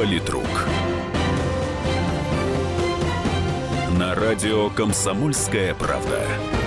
Политрук. На радио «Комсомольская правда».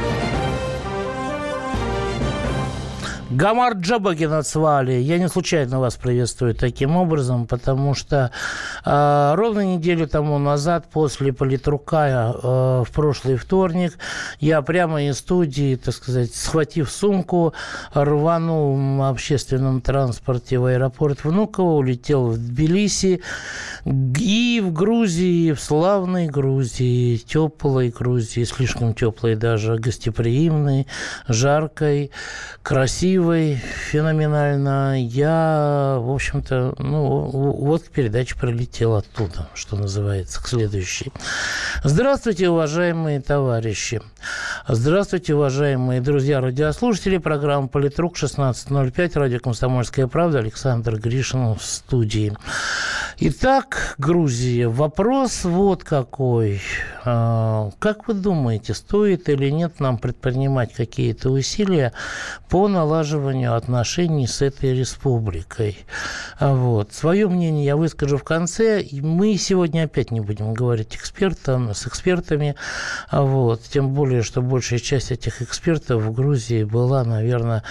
Гамар Джабаги назвали. Я не случайно вас приветствую таким образом, потому что ровно неделю тому назад, после Политрука, в прошлый вторник, я прямо из студии, так сказать, схватив сумку, рванул в общественном транспорте в аэропорт Внуково, улетел в Тбилиси и в Грузии, в славной Грузии, теплой Грузии, слишком теплой даже, гостеприимной, жаркой, красивой, феноменально. Я, в общем-то, вот к передаче прилетел оттуда, что называется, к следующей. Здравствуйте, уважаемые товарищи. Здравствуйте, уважаемые друзья-радиослушатели. Программа «Политрук», 16:05, радио «Комсомольская правда». Александр Гришин в студии. Итак, Грузия. Вопрос вот какой. Как вы думаете, стоит или нет нам предпринимать какие-то усилия по налаживанию отношений с этой республикой? Вот. Свое мнение я выскажу в конце. Мы сегодня опять не будем говорить с экспертами. Вот. Тем более, что большая часть этих экспертов в Грузии была, наверное,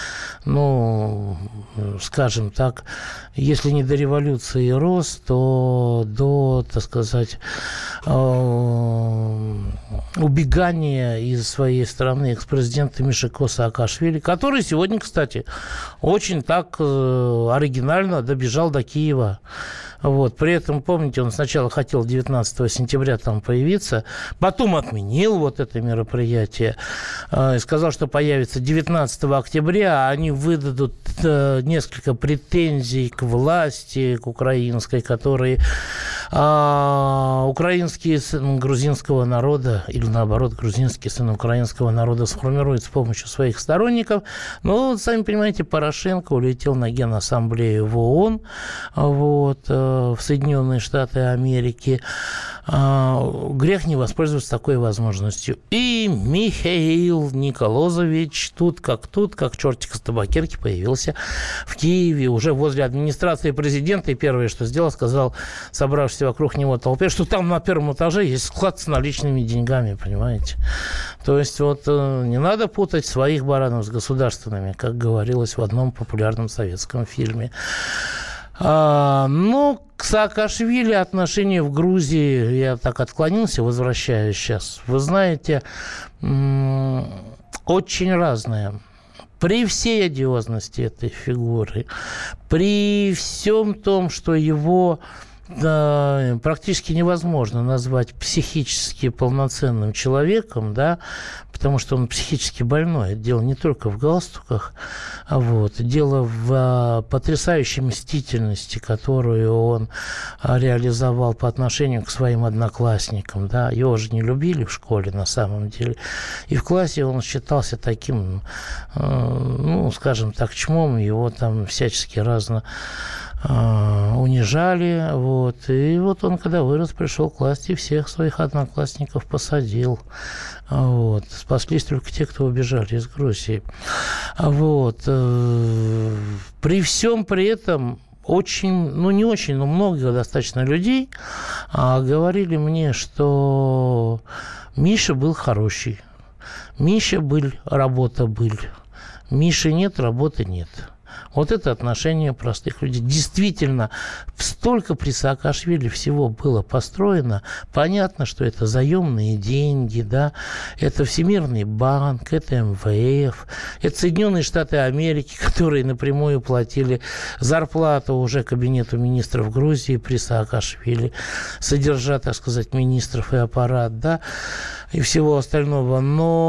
скажем так, если не до революции рос, то до, так сказать, убегания из своей страны экс-президента Мишико Саакашвили, который сегодня, кстати, очень так оригинально добежал до Киева. Вот. При этом, помните, он сначала хотел 19 сентября там появиться, потом отменил вот это мероприятие и сказал, что появится 19 октября, а они выдадут несколько претензий к власти, к украинской, которые украинские сыны грузинского народа, или наоборот, грузинские сыны украинского народа сформируют с помощью своих сторонников. Но, сами понимаете, Порошенко улетел на Генассамблею в ООН, в Соединенные Штаты Америки. Грех не воспользоваться такой возможностью. И Михаил Николозович тут, как чертик из табакерки, появился в Киеве, уже возле администрации президента. И первое, что сделал, сказал собравшись вокруг него толпе, что там на первом этаже есть склад с наличными деньгами, понимаете? То есть не надо путать своих баранов с государственными, как говорилось в одном популярном советском фильме. К Саакашвили отношения в Грузии, я так отклонился, возвращаюсь сейчас, вы знаете, очень разные. При всей одиозности этой фигуры, при всем том, что его практически невозможно назвать психически полноценным человеком, да, потому что он психически больной. Дело не только в галстуках, дело в потрясающей мстительности, которую он реализовал по отношению к своим одноклассникам. Да. Его же не любили в школе на самом деле. И в классе он считался таким, скажем так, чмом, его там всячески разно унижали, и он, когда вырос, пришел к власти, всех своих одноклассников посадил, спаслись только те, кто убежали из Грузии, при всем при этом очень, не очень, но много достаточно людей говорили мне, что Миша был хороший, Миша был, работа был, Миши нет, работы нет. Вот это отношение простых людей. Действительно, столько при Саакашвили всего было построено. Понятно, что это заемные деньги, да, это Всемирный банк, это МВФ, это Соединенные Штаты Америки, которые напрямую платили зарплату уже кабинету министров Грузии при Саакашвили, содержа, так сказать, министров и аппарат, да, и всего остального.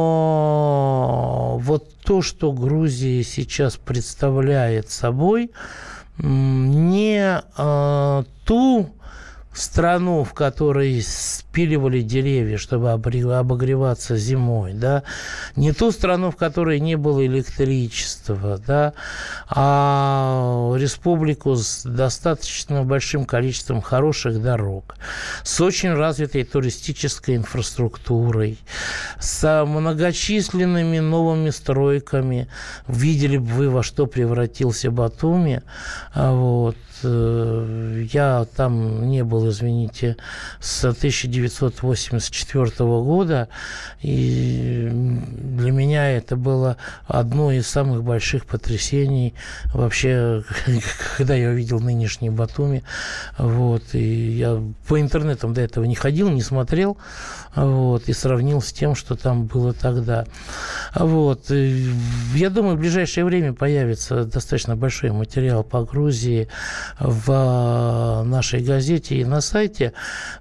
Но то, что Грузия сейчас представляет собой, не ту страну, в которой спиливали деревья, чтобы обогреваться зимой, да, не ту страну, в которой не было электричества, да, а республику с достаточно большим количеством хороших дорог, с очень развитой туристической инфраструктурой, с многочисленными новыми стройками. Видели бы вы, во что превратился Батуми, Я там не был, извините, с 1984 года, и для меня это было одно из самых больших потрясений вообще, когда я увидел нынешний Батуми. Вот, и я по интернетам до этого не ходил, не смотрел, вот, и сравнил с тем, что там было тогда. Вот. И я думаю, в ближайшее время появится достаточно большой материал по Грузии в нашей газете и на сайте,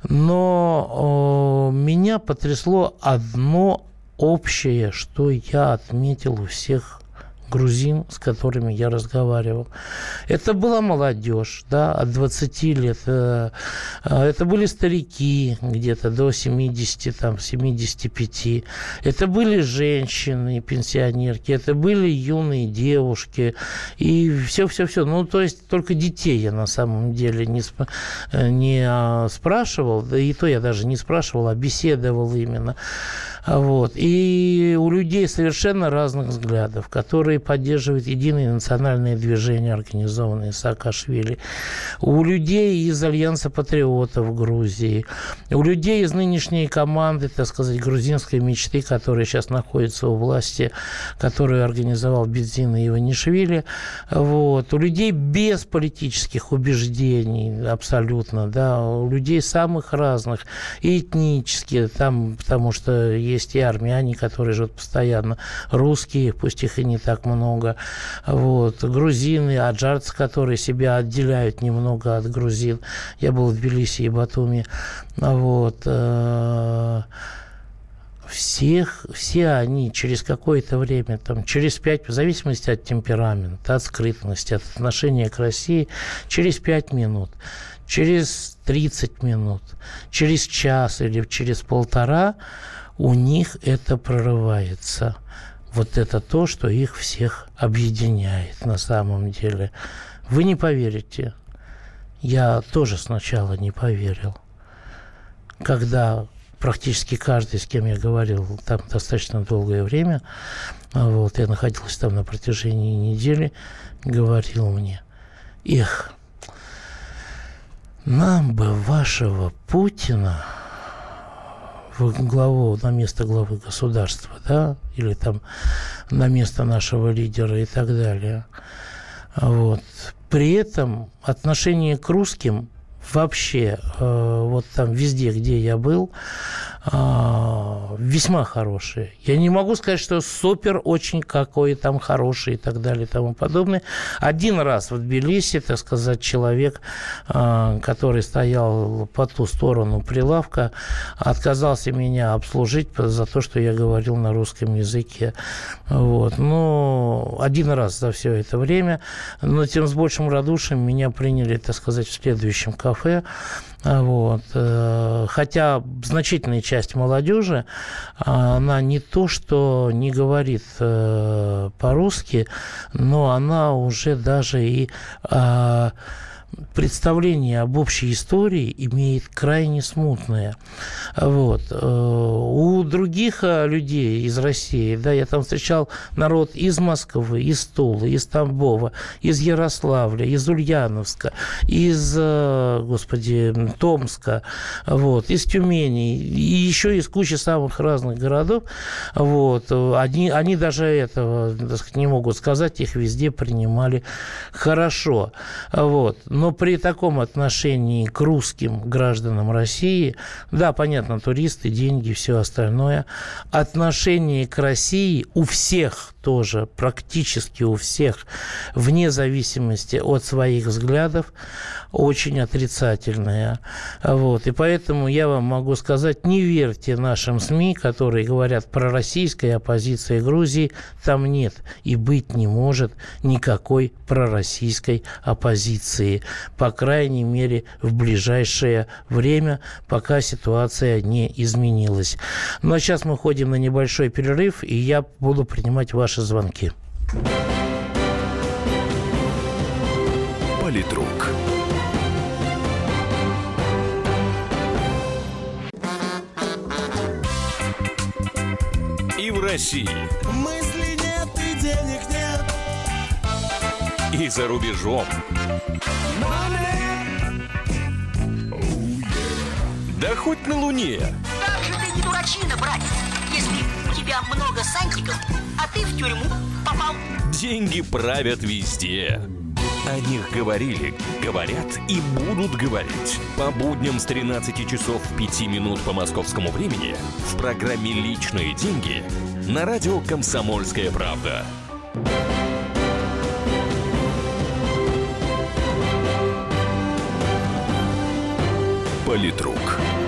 но меня потрясло одно общее, что я отметил у всех грузин, с которыми я разговаривал. Это была молодежь, да, от 20 лет. Это были старики где-то до 70, там, 75. Это были женщины, пенсионерки. Это были юные девушки. И все-все-все. Ну, то есть, только детей я на самом деле не спрашивал. Да и то я даже не спрашивал, а беседовал именно. Вот. И у людей совершенно разных взглядов, которые поддерживают единое национальное движение, организованное Саакашвили. У людей из Альянса патриотов Грузии. У людей из нынешней команды, так сказать, грузинской мечты, которая сейчас находится у власти, которую организовал Бедзин и Иванишвили. Вот. У людей без политических убеждений абсолютно. Да. У людей самых разных. И этнические, там, потому что есть и армяне, которые живут постоянно, русские, пусть их и не так много, вот, грузины, аджарцы, которые себя отделяют немного от грузин. Я был в Тбилиси и Батуми. Вот. Все они через какое-то время, там, через 5, в зависимости от темперамента, от скрытности, от отношения к России, через 5 минут, через 30 минут, через час или через полтора у них это прорывается. Вот это то, что их всех объединяет на самом деле. Вы не поверите. Я тоже сначала не поверил. Когда практически каждый, с кем я говорил там достаточно долгое время, вот, я находился там на протяжении недели, говорил мне: эх, нам бы вашего Путина на место главы государства, да, или там на место нашего лидера и так далее. Вот. При этом отношение к русским вообще, вот там везде, где я был, весьма хорошие. Я не могу сказать, что супер очень какой там хороший и так далее и тому подобное. Один раз в Тбилиси, так сказать, человек, который стоял по ту сторону прилавка, отказался меня обслужить за то, что я говорил на русском языке. Вот. Но один раз за все это время, но тем с большим радушием меня приняли, так сказать, в следующем кафе. Вот. Хотя значительная часть молодежи, она не то, что не говорит по-русски, но она уже даже и представление об общей истории имеет крайне смутное. Вот. У других людей из России, да, я там встречал народ из Москвы, из Тулы, из Тамбова, из Ярославля, из Ульяновска, из, Томска, вот, из Тюмени, и еще из кучи самых разных городов. Вот. Они даже этого, так сказать, не могут сказать, их везде принимали хорошо. Вот. Но при таком отношении к русским гражданам России, да, понятно, туристы, деньги, все остальное, отношение к России у всех тоже, практически у всех, вне зависимости от своих взглядов, очень отрицательное. Вот. И поэтому я вам могу сказать, не верьте нашим СМИ, которые говорят про российскую оппозицию Грузии. Там нет и быть не может никакой пророссийской оппозиции. По крайней мере, в ближайшее время, пока ситуация не изменилась. Ну, а сейчас мы ходим на небольшой перерыв, и я буду принимать ваши звонки. Политрук. И в России. Мысли нет и денег нет. и за рубежом. Да хоть на Луне. Как же ты не дурачина, братец, если у тебя много сантиков, а ты в тюрьму попал. Деньги правят везде. О них говорили, говорят и будут говорить. По будням с 13 часов 5 минут по московскому времени в программе «Личные деньги» на радио «Комсомольская правда». Политрук.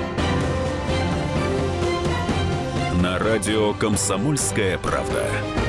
На радио «Комсомольская правда».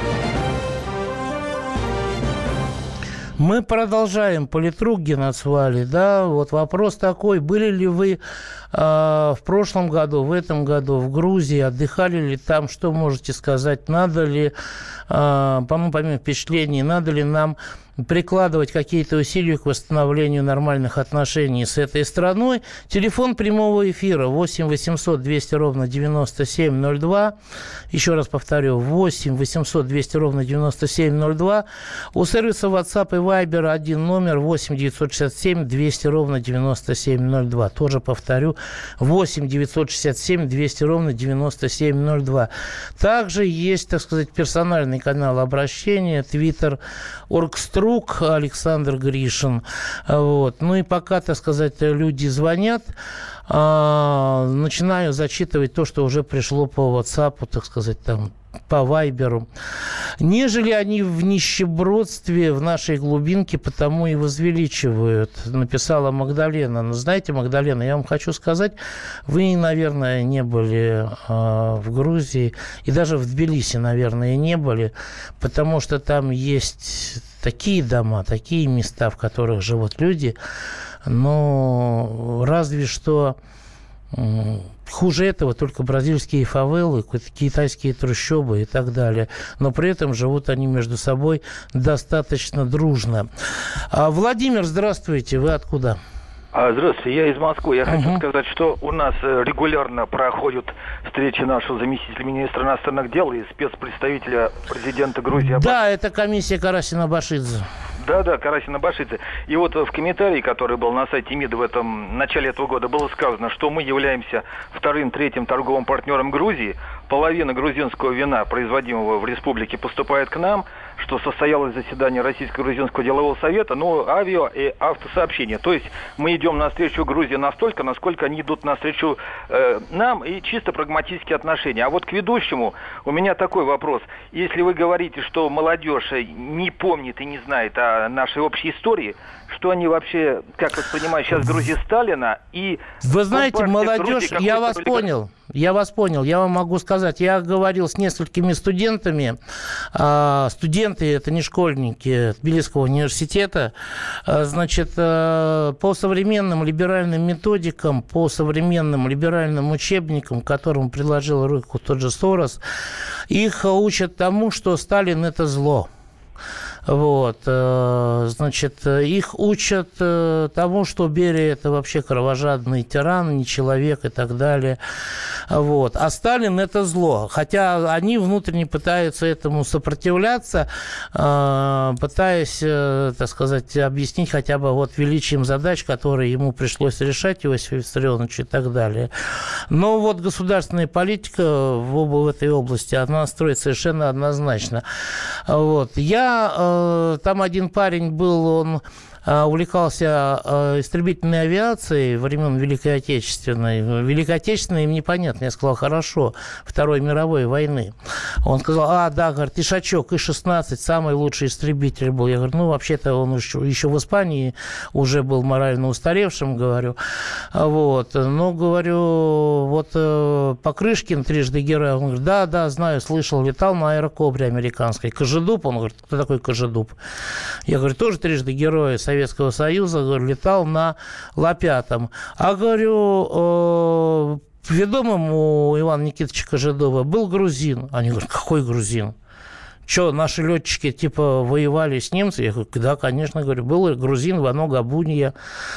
Мы продолжаем политрук, Геннадий Валерьевич, да, вот вопрос такой, были ли вы в прошлом году, в этом году в Грузии, отдыхали ли там, что можете сказать, надо ли, помимо впечатлений, надо ли нам прикладывать какие-то усилия к восстановлению нормальных отношений с этой страной. Телефон прямого эфира 8 800 200 ровно 9702. Еще раз повторю, 8 800 200 ровно 9702. У сервиса WhatsApp и Viber один номер 8 967 200 ровно 9702. Тоже повторю, 8 967 200 ровно 9702. Также есть, так сказать, персональный канал обращения, Twitter, Оргструк, Александр Гришин. Вот. Ну и пока, так сказать, люди звонят, начинаю зачитывать то, что уже пришло по WhatsApp, так сказать, там, по Вайберу. Нежели они в нищебродстве в нашей глубинке, потому и возвеличивают, написала Магдалена. Но знаете, Магдалена, я вам хочу сказать, вы, наверное, не были в Грузии, и даже в Тбилиси, наверное, не были, потому что там есть такие дома, такие места, в которых живут люди, но разве что хуже этого только бразильские фавелы, китайские трущобы и так далее. Но при этом живут они между собой достаточно дружно. Владимир, здравствуйте. Вы откуда? Здравствуйте, я из Москвы. Я хочу сказать, что у нас регулярно проходят встречи нашего заместителя министра иностранных дел и спецпредставителя президента Грузии. Да, это комиссия Карасина-Башидзе. Да, Карасина-Башидзе. И вот в комментарии, который был на сайте МИДа в начале этого года, было сказано, что мы являемся вторым-третьим торговым партнером Грузии. Половина грузинского вина, производимого в республике, поступает к нам, что состоялось заседание Российско-грузинского делового совета, авиа и автосообщения. То есть мы идем навстречу Грузии настолько, насколько они идут навстречу нам, и чисто прагматические отношения. А вот к ведущему у меня такой вопрос. Если вы говорите, что молодежь не помнит и не знает о нашей общей истории, что они вообще, как воспринимают сейчас Грузию Сталина и... Вы знаете, молодежь, я вас понял. Я вам могу сказать, я говорил с несколькими студентами, студенты, это не школьники Тбилисского университета, значит, по современным либеральным методикам, по современным либеральным учебникам, к которым приложил руку тот же Сорос, их учат тому, что Сталин – это зло. Вот, значит, их учат тому, что Берия – это вообще кровожадный тиран, не человек и так далее. Вот. А Сталин – это зло. Хотя они внутренне пытаются этому сопротивляться, пытаясь, так сказать, объяснить хотя бы вот величием задач, которые ему пришлось решать, Иосифу Виссарионовичу и так далее. Но вот государственная политика в этой области, она строит совершенно однозначно. Вот. Там один парень был, он увлекался истребительной авиацией времен Великой Отечественной. Великой Отечественной им непонятно. Я сказал, хорошо, Второй мировой войны. Он сказал, говорит, Ишачок, И-16, самый лучший истребитель был. Я говорю, вообще-то он еще в Испании уже был морально устаревшим, говорю. Вот. Но, говорю, вот Покрышкин, трижды герой, он говорит, да, знаю, слышал, летал на аэрокобре американской. Кожедуб, он говорит, кто такой Кожедуб? Я говорю, тоже трижды герой Советского Союза, говорю, летал на Ла-5. Говорю, ведомым у Ивана Никитовича Кожедуба был грузин. Они говорят, какой грузин? Что, наши летчики типа воевали с немцами? Я говорю, да, конечно, говорю, был грузин Вано Габунья.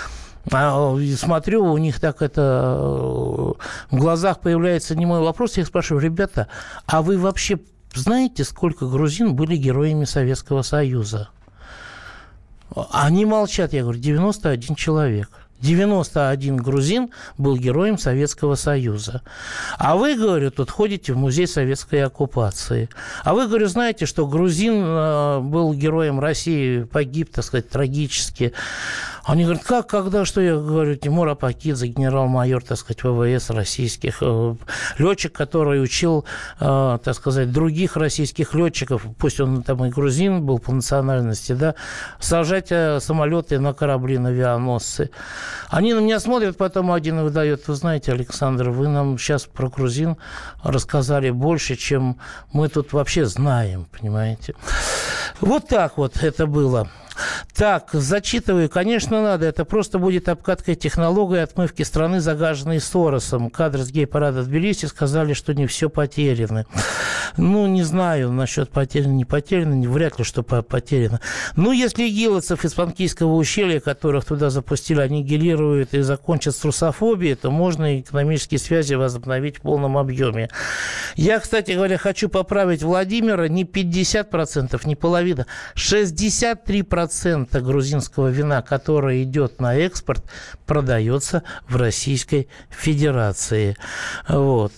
Смотрю, у них так это в глазах появляется немой вопрос. Я их спрашиваю, ребята, а вы вообще знаете, сколько грузин были героями Советского Союза? Они молчат. Я говорю, 91 человек. 91 грузин был героем Советского Союза. А вы, говорю, тут ходите в музей советской оккупации. А вы, говорю, знаете, что грузин был героем России, погиб, так сказать, трагически. Они говорят, как, когда, что? Я говорю, Тимур Апакидзе, генерал-майор, так сказать, ВВС российских, летчик, который учил, так сказать, других российских летчиков, пусть он там и грузин был по национальности, да, сажать самолеты на корабли, на авианосцы. Они на меня смотрят, потом один выдает, вы знаете, Александр, вы нам сейчас про грузин рассказали больше, чем мы тут вообще знаем, понимаете. Вот так вот это было. Так, зачитываю. Конечно, надо. Это просто будет обкатка технологии отмывки страны, загаженной Соросом. Кадры с гей-парада в Тбилиси сказали, что не все потеряно. Ну, не знаю насчет потеряно, не потеряно. Вряд ли, что потеряно. Ну, если игиловцев из Панкийского ущелья, которых туда запустили, аннигилируют и закончат с русофобией, то можно экономические связи возобновить в полном объеме. Я, кстати говоря, хочу поправить Владимира. Не 50%, не половина. 63% грузинского вина, которое идет на экспорт, продается в Российской Федерации. Вот.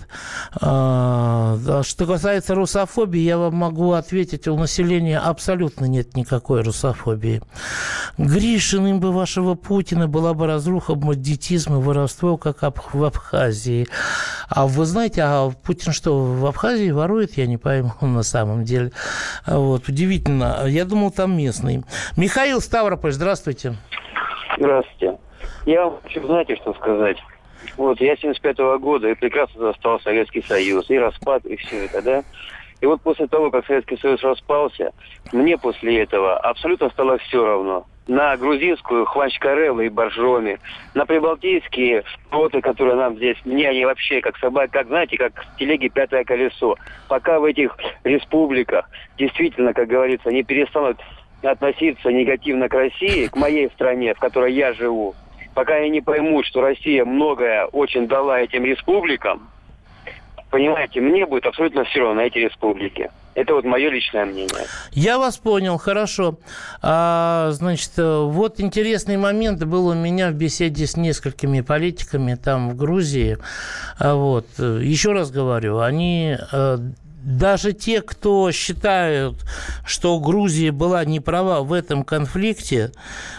Что касается русофобии, я вам могу ответить, у населения абсолютно нет никакой русофобии. Гришин, им бы вашего Путина, была бы разруха, бандитизм и воровство, как в Абхазии. А вы знаете, а Путин что, в Абхазии ворует? Я не пойму на самом деле. Вот. Удивительно. Я думал, там местный. Михаил, Ставрополь, здравствуйте. Здравствуйте. Я вам хочу, знаете, что сказать. Вот, я 75-го года и прекрасно застал Советский Союз, и распад, и все это, да. И вот после того, как Советский Союз распался, мне после этого абсолютно стало все равно. На грузинскую Хванчкареллу и Боржоми, на прибалтийские шпроты, которые нам здесь, мне они вообще как собаки, как, знаете, как в телеге пятое колесо. Пока в этих республиках действительно, как говорится, не перестанут относиться негативно к России, к моей стране, в которой я живу, пока они не поймут, что Россия многое очень дала этим республикам, понимаете, мне будет абсолютно все равно на эти республики. Это вот мое личное мнение. Я вас понял, хорошо. Значит, вот интересный момент был у меня в беседе с несколькими политиками там в Грузии. Вот. Еще раз говорю, они... Даже те, кто считают, что Грузия была не права в этом конфликте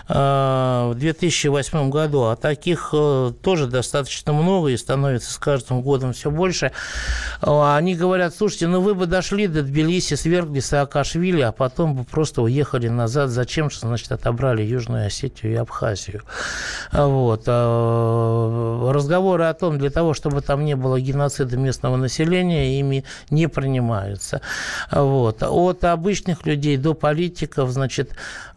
в 2008 году, а таких тоже достаточно много и становится с каждым годом все больше, они говорят, слушайте, ну вы бы дошли до Тбилиси, свергли Саакашвили, а потом бы просто уехали назад. Зачем же, значит, отобрали Южную Осетию и Абхазию? Вот. Разговоры о том, для того, чтобы там не было геноцида местного населения, ими не принимаются. Вот. От обычных людей до политиков, значит,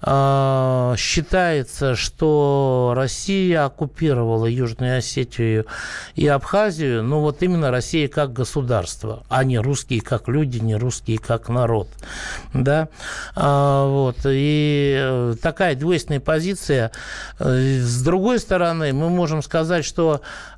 считается, что Россия оккупировала Южную Осетию и Абхазию, ну вот именно Россия как государство, а не русские как люди, не русские как народ. Да? Вот. И такая двойственная позиция. С другой стороны, мы можем сказать, что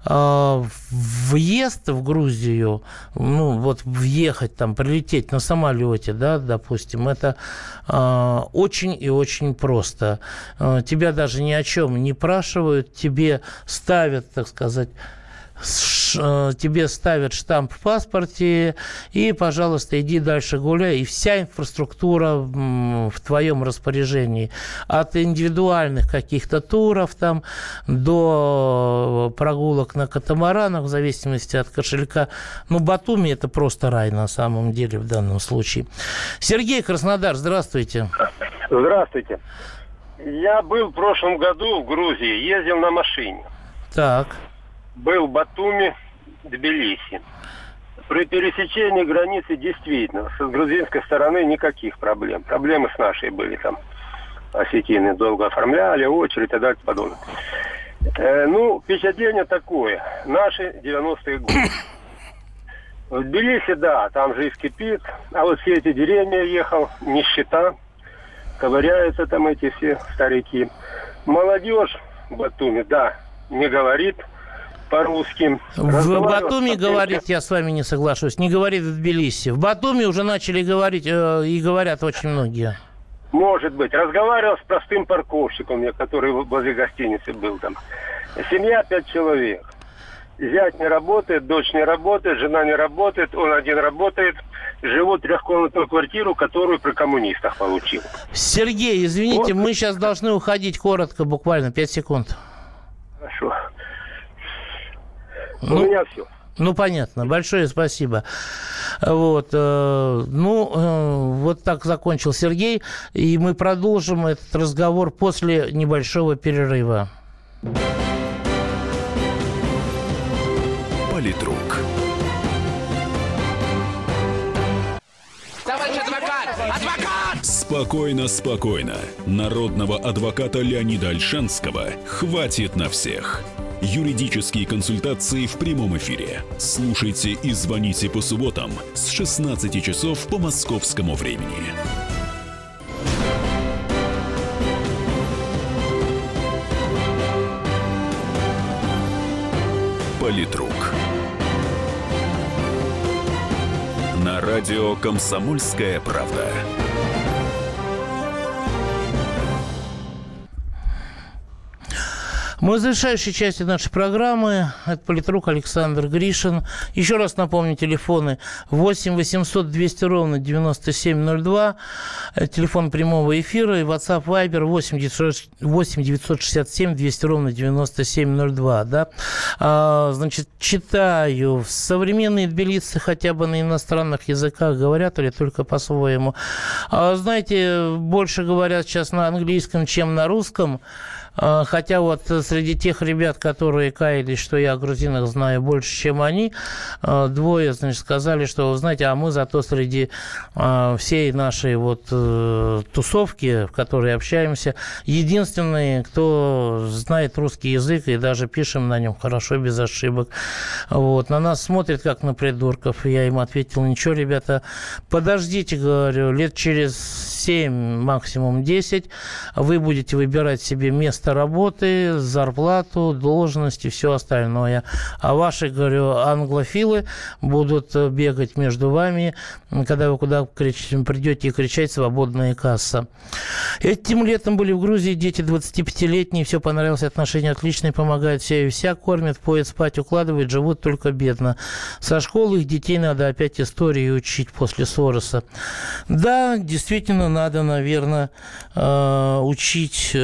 въезд в Грузию, ну вот въехать там, прилететь на самолете, да, допустим, это очень и очень просто. Тебя даже ни о чем не спрашивают, тебе ставят, так сказать, тебе ставят штамп в паспорте, и, пожалуйста, иди дальше гуляй, и вся инфраструктура в твоем распоряжении. От индивидуальных каких-то туров там до прогулок на катамаранах, в зависимости от кошелька. Ну, Батуми – это просто рай на самом деле в данном случае. Сергей, Краснодар, здравствуйте. Здравствуйте. Я был в прошлом году в Грузии, ездил на машине. Так. Был в Батуми, Тбилиси. При пересечении границы действительно с грузинской стороны никаких проблем. Проблемы с нашей были там. Осетины долго оформляли, очередь и так далее подобное. Ну, впечатление такое. Наши 90-е годы. В Тбилиси, да, там жизнь кипит. А вот все эти деревья ехал, нищета. Ковыряются там эти все старики. Молодежь в Батуми, да, не говорит по-русски. В Батуми говорить, я с вами не соглашусь, не говорит в Тбилиси. В Батуми уже начали говорить и говорят очень многие. Может быть. Разговаривал с простым парковщиком, который возле гостиницы был там. Семья 5 человек. Зять не работает, дочь не работает, жена не работает, он один работает. Живут в трехкомнатную квартиру, которую при коммунистах получил. Сергей, извините, мы сейчас должны уходить коротко, буквально 5 секунд. Хорошо. У меня все. Ну, понятно. Большое спасибо. Вот. Вот так закончил Сергей. И мы продолжим этот разговор после небольшого перерыва. Политрук. Товарищ адвокат! Адвокат! Спокойно, спокойно. Народного адвоката Леонида Ольшанского хватит на всех. Юридические консультации в прямом эфире. Слушайте и звоните по субботам с 16 часов по московскому времени. Политрук. На радио «Комсомольская правда». Мы в завершающей части нашей программы. Это политрук Александр Гришин. Еще раз напомню, телефоны 8 800 200 ровно 9702. Телефон прямого эфира. И WhatsApp Viber 8 967 200 ровно 9702. Да? Значит, читаю. Современные тбилисцы хотя бы на иностранных языках говорят или только по-своему? Знаете, больше говорят сейчас на английском, чем на русском. Хотя вот среди тех ребят, которые каялись, что я о грузинах знаю больше, чем они, двое, значит, сказали, что, знаете, а мы зато среди всей нашей вот тусовки, в которой общаемся, единственные, кто знает русский язык и даже пишем на нем хорошо, без ошибок. Вот. На нас смотрят как на придурков. Я им ответил: ничего, ребята, подождите, говорю, лет через 7, максимум 10, вы будете выбирать себе место работы, зарплату, должность и все остальное. А ваши, говорю, англофилы будут бегать между вами, когда вы куда придете и кричать «свободная касса». Этим летом были в Грузии дети 25-летние, все понравилось, отношения отличные, помогают все и вся, кормят, поят, спать укладывают, живут только бедно. Со школы их детей надо опять истории учить после Сороса. Да, действительно, надо, наверное, учить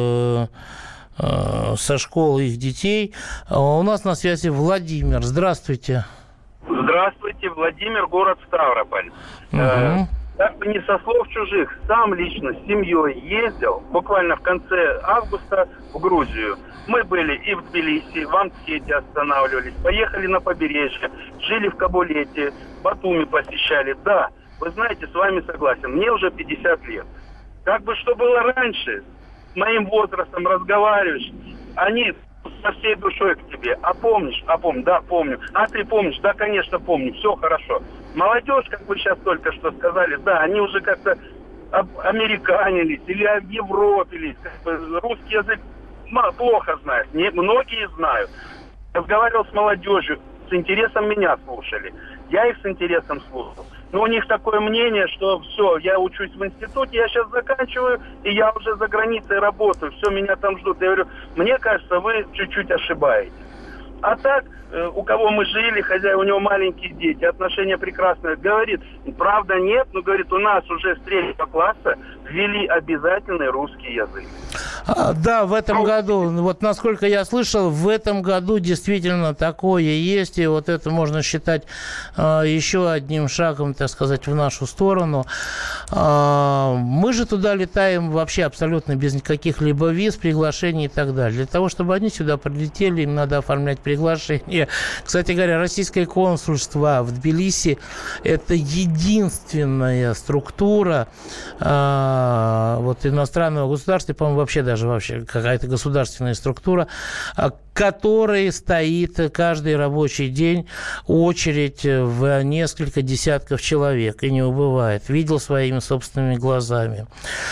со школы их детей. У нас на связи Владимир. Здравствуйте. Здравствуйте, Владимир, город Ставрополь. Как бы не со слов чужих, сам лично с семьей ездил буквально в конце августа в Грузию. Мы были и в Тбилиси, в Амтхете останавливались, поехали на побережье, жили в Кабулете, Батуми посещали. Да, вы знаете, с вами согласен, мне уже 50 лет. Как бы что было раньше, с моим возрастом разговариваешь, они со всей душой к тебе. А помнишь? А помню, да, помню. А ты помнишь? Да, конечно, помню. Все хорошо. Молодежь, как вы сейчас только что сказали, да, они уже как-то американились или европились. Русский язык плохо знают. Многие знают. Разговаривал с молодежью, с интересом меня слушали. Я их с интересом слушал. Но у них такое мнение, что все, я учусь в институте, я сейчас заканчиваю, и я уже за границей работаю, все, меня там ждут. Я говорю, мне кажется, вы чуть-чуть ошибаетесь. А так, у кого мы жили, хозяин, у него маленькие дети, отношения прекрасные. Говорит, правда нет, но говорит, у нас уже с 3 класса ввели обязательный русский язык. Да, в этом году, вот насколько я слышал, в этом году действительно такое есть, и вот это можно считать еще одним шагом, так сказать, в нашу сторону. Мы же туда летаем вообще абсолютно без каких-либо виз, приглашений и так далее. Для того, чтобы они сюда прилетели, им надо оформлять приглашение. Кстати говоря, российское консульство в Тбилиси – это единственная структура вот иностранного государства, по-моему, вообще какая-то государственная структура, которой стоит каждый рабочий день очередь в несколько десятков человек, и не убывает. Видел своими собственными глазами.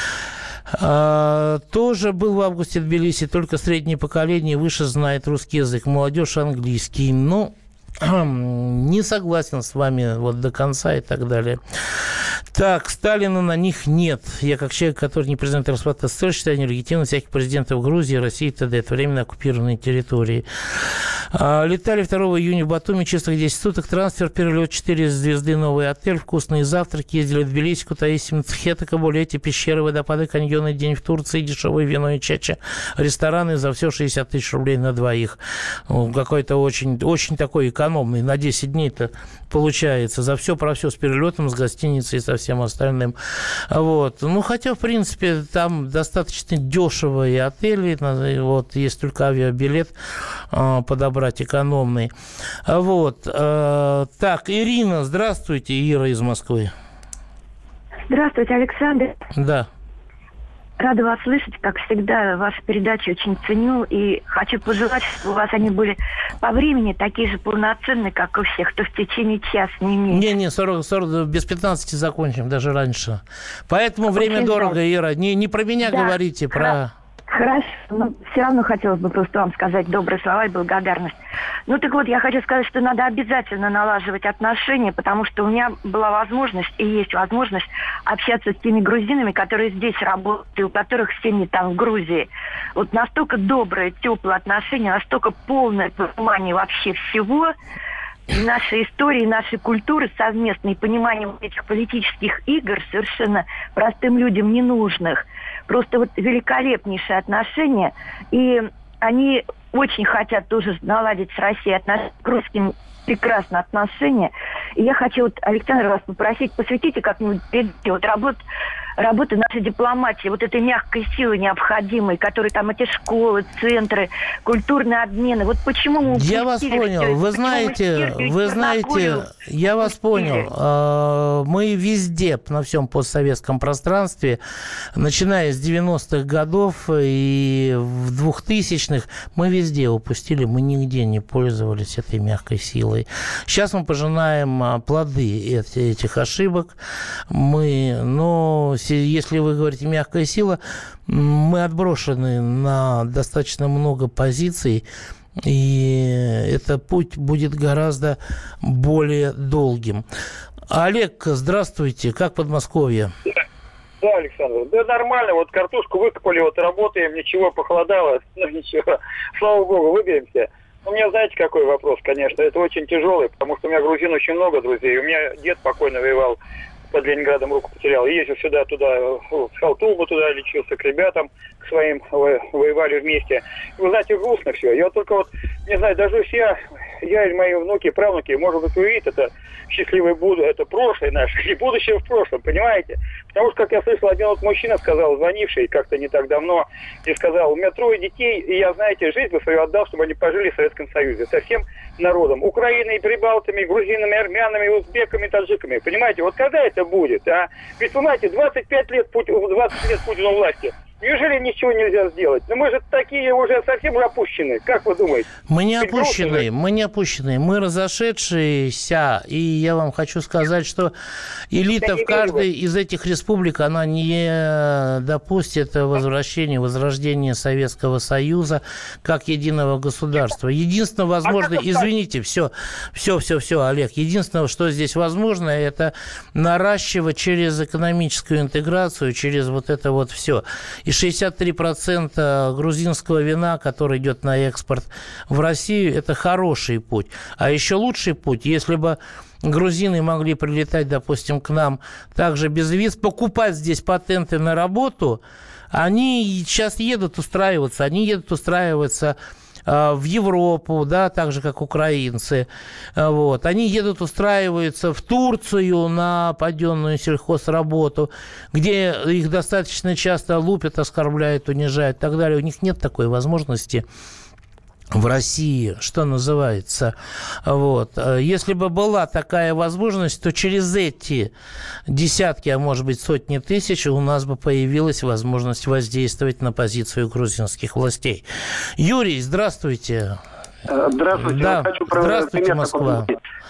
Тоже был в августе в Тбилиси, только среднее поколение выше знает русский язык, молодежь английский. Ну, не согласен с вами вот до конца и так далее. Так, Сталина на них нет. Я, как человек, который не признает распад СССР, считаю нелегитимным всяких президентов Грузии, России и т.д. Это временно оккупированные территории. Летали 2 июня в Батуми, чистых 10 суток. Трансфер, перелет 4 звезды, новый отель, вкусные завтраки. Ездили в Тбилиси, Кутаиси, Мцхета, Кабулете, пещеры, водопады, каньоны, день в Турции, дешевое вино и чача. Рестораны, за все 60 тысяч рублей на двоих. Какой-то очень, очень такой экономный. На 10 дней-то получается. За все про все с перелетом, с гостиницей и со всем остальным. Вот. Ну, хотя, в принципе, там достаточно дешевые отели. Вот, есть только авиабилет подобрать экономный. Вот. Так, Ирина, здравствуйте. Ира из Москвы. Здравствуйте, Александр. Да. Рада вас слышать. Как всегда, ваши передачи очень ценю. И хочу пожелать, чтобы у вас они были по времени такие же полноценные, как у всех, кто в течение часа не имеет. Не, 40, без 15 закончим, даже раньше. Поэтому время дорого, Ира. Не про меня говорите, про... Хорошо, но все равно хотелось бы просто вам сказать добрые слова и благодарность. Ну так вот, я хочу сказать, что надо обязательно налаживать отношения, потому что у меня была возможность и есть возможность общаться с теми грузинами, которые здесь работают, и у которых семьи там в Грузии. Вот настолько добрые, теплые отношения, настолько полное понимание вообще всего, нашей истории, нашей культуры совместной, понимание этих политических игр совершенно простым людям ненужных. Просто вот великолепнейшие отношения. И они очень хотят тоже наладить с Россией к русским прекрасные отношения. И я хочу, вот, Александр, вас попросить, посвятите как-нибудь вот работы нашей дипломатии, вот этой мягкой силы необходимой, которые там эти школы, центры, культурные обмены. Вот почему мы упустили... Я вас понял. Вы знаете, я вас понял. Мы везде, на всем постсоветском пространстве, начиная с 90-х годов и в 2000-х, мы везде упустили, мы нигде не пользовались этой мягкой силой. Сейчас мы пожинаем плоды этих ошибок. Но если вы говорите «мягкая сила», мы отброшены на достаточно много позиций, и этот путь будет гораздо более долгим. Олег, здравствуйте. Как Подмосковье? Да, Александр, да нормально. Вот картошку выкопали, вот работаем, ничего, похолодало, ну ничего. Слава богу, выберемся. У меня, знаете, какой вопрос, конечно, это очень тяжелый, потому что у меня грузин очень много друзей. У меня дед покойно воевал, под Ленинградом руку потерял. Ездил сюда-туда, в Халтулбу туда лечился, к ребятам, к своим, воевали вместе. Вы знаете, грустно все. Я вот только вот, не знаю, дождусь я или мои внуки, правнуки, может быть, увидят это счастливое будущее, это прошлое наше, и будущее в прошлом, понимаете? Потому что, как я слышал, один вот мужчина сказал, звонивший как-то не так давно, и сказал, у меня 3 детей, и я, знаете, жизнь бы свою отдал, чтобы они пожили в Советском Союзе, со всем народом. Украиной, прибалтами, грузинами, армянами, узбеками, таджиками. Понимаете, вот когда это будет, а? Ведь, понимаете, 20 лет Путину власти. Неужели ничего нельзя сделать? Ну мы же такие уже совсем опущенные. Как вы думаете? Мы не опущенные. Мы разошедшиеся. И я вам хочу сказать, что элита в каждой из этих республик, она не допустит возрождения Советского Союза как единого государства. Единственное возможное, извините, все, Олег, единственное, что здесь возможно, это наращивать через экономическую интеграцию, через вот это вот все. И 63% грузинского вина, который идет на экспорт в Россию, это хороший путь. А еще лучший путь, если бы грузины могли прилетать, допустим, к нам также без виз, покупать здесь патенты на работу, они сейчас едут устраиваться. В Европу, да, так же, как украинцы. Вот. Они едут устраиваются в Турцию на паденную сельхозработу, где их достаточно часто лупят, оскорбляют, унижают и так далее. У них нет такой возможности в России, что называется. Вот. Если бы была такая возможность, то через эти десятки, а может быть сотни тысяч у нас бы появилась возможность воздействовать на позицию грузинских властей. Юрий, здравствуйте. Здравствуйте. Да. Хочу Здравствуйте, Москва.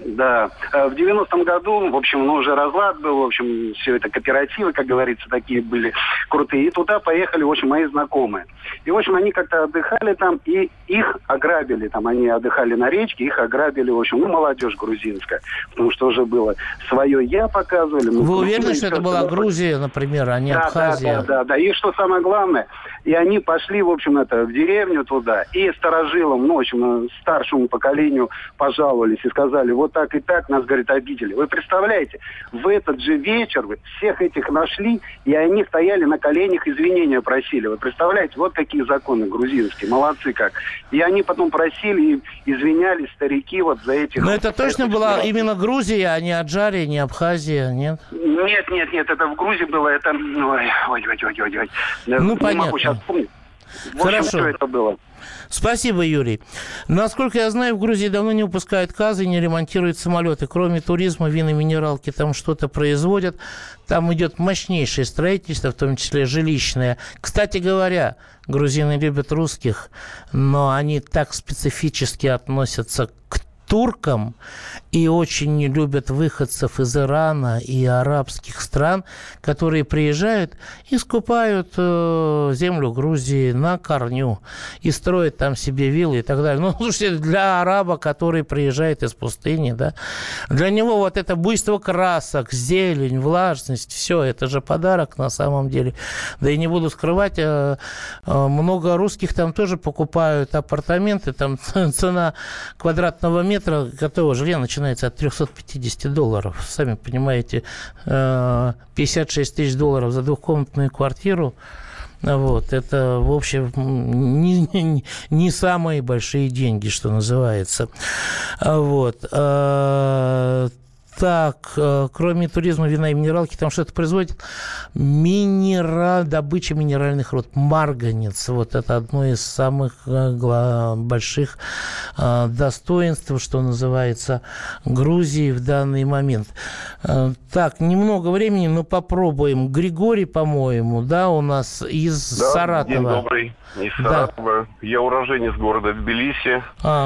Да. В 90-м году, в общем, уже разлад был, в общем, все это кооперативы, как говорится, такие были крутые. И туда поехали, в общем, мои знакомые. И, в общем, они как-то отдыхали там, и их ограбили. Там они отдыхали на речке, их ограбили, в общем, молодежь грузинская. Потому что уже было свое «я» показывали. Вы уверены, что это была Грузия, например, а не Абхазия? Да. И что самое главное, и они пошли, в общем, в деревню туда, и старожилам, в общем, старшему поколению пожаловались и сказали, вот так и так нас, говорит, обидели. Вы представляете, в этот же вечер вы всех этих нашли, и они стояли на коленях, извинения просили. Вы представляете, вот какие законы грузинские, молодцы как. И они потом просили, и извинялись, старики, вот за этих... Но это точно была именно Грузия, а не Аджария, не Абхазия, нет? Нет, это в Грузии было, это... Ой. Ну, понятно. Не могу сейчас вспомнить. Хорошо. Все это было. Спасибо, Юрий. Насколько я знаю, в Грузии давно не выпускают КАЗы и не ремонтируют самолеты. Кроме туризма, вины, минералки там что-то производят. Там идет мощнейшее строительство, в том числе жилищное. Кстати говоря, грузины любят русских, но они так специфически относятся к туркам и очень не любят выходцев из Ирана и арабских стран, которые приезжают и скупают землю Грузии на корню и строят там себе виллы и так далее. Ну, слушайте, для араба, который приезжает из пустыни, да, для него вот это буйство красок, зелень, влажность, все, это же подарок на самом деле. Да и не буду скрывать, много русских там тоже покупают апартаменты, там цена квадратного метра готового жилья начинается от $350. Сами понимаете, $56 тысяч за двухкомнатную квартиру. Вот, это, в общем, не самые большие деньги, что называется. Вот. Так, кроме туризма, вина и минералки, там что-то производят? Добыча минеральных руд. Марганец. Вот это одно из самых больших достоинств, что называется, Грузии в данный момент. Так, немного времени, но попробуем. Григорий, по-моему, да, у нас из Саратова. День добрый. Из Саратова. Да. Я уроженец города Тбилиси.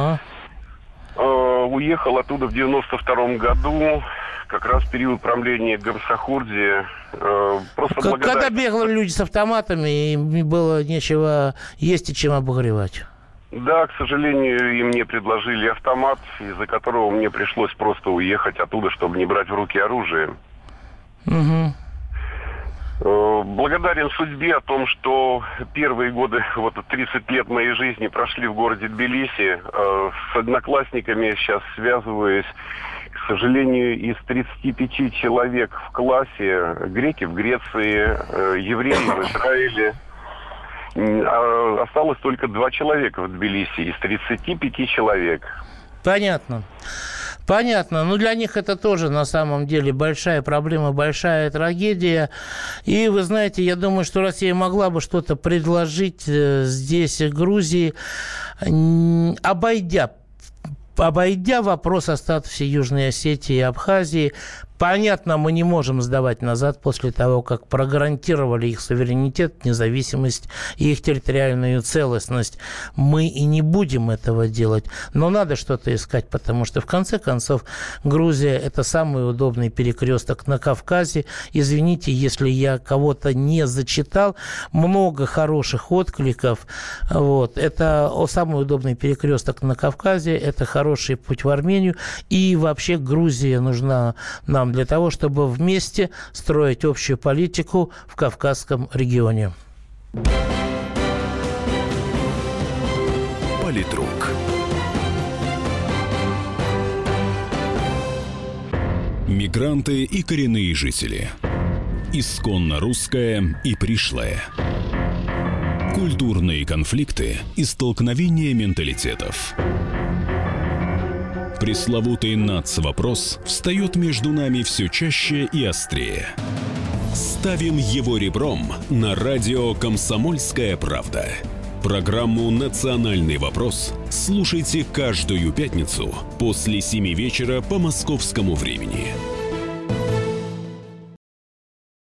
Уехал оттуда в 92-м году, как раз в период правления Гамсахурди. Когда бегали люди с автоматами, им было нечего есть и чем обогревать. Да, к сожалению, им мне предложили автомат, из-за которого мне пришлось просто уехать оттуда, чтобы не брать в руки оружие. Угу. Благодарен судьбе о том, что первые годы, вот 30 лет моей жизни прошли в городе Тбилиси. С одноклассниками сейчас связываюсь. К сожалению, из 35 человек в классе греки в Греции, евреи в Израиле. Осталось только 2 человека в Тбилиси из 35 человек. Понятно. Понятно. Но для них это тоже, на самом деле, большая проблема, большая трагедия. И, вы знаете, я думаю, что Россия могла бы что-то предложить здесь, в Грузии, обойдя вопрос о статусе Южной Осетии и Абхазии. Понятно, мы не можем сдавать назад после того, как прогарантировали их суверенитет, независимость и их территориальную целостность. Мы и не будем этого делать. Но надо что-то искать, потому что, в конце концов, Грузия – это самый удобный перекресток на Кавказе. Извините, если я кого-то не зачитал. Много хороших откликов. Вот. Это самый удобный перекресток на Кавказе. Это хороший путь в Армению. И вообще Грузия нужна нам для того, чтобы вместе строить общую политику в Кавказском регионе. Политрук. Мигранты и коренные жители. Исконно русское и пришлое. Культурные конфликты и столкновения менталитетов. Пресловутый НАЦ-вопрос встает между нами все чаще и острее. Ставим его ребром на радио «Комсомольская правда». Программу «Национальный вопрос» слушайте каждую пятницу после 7 вечера по московскому времени.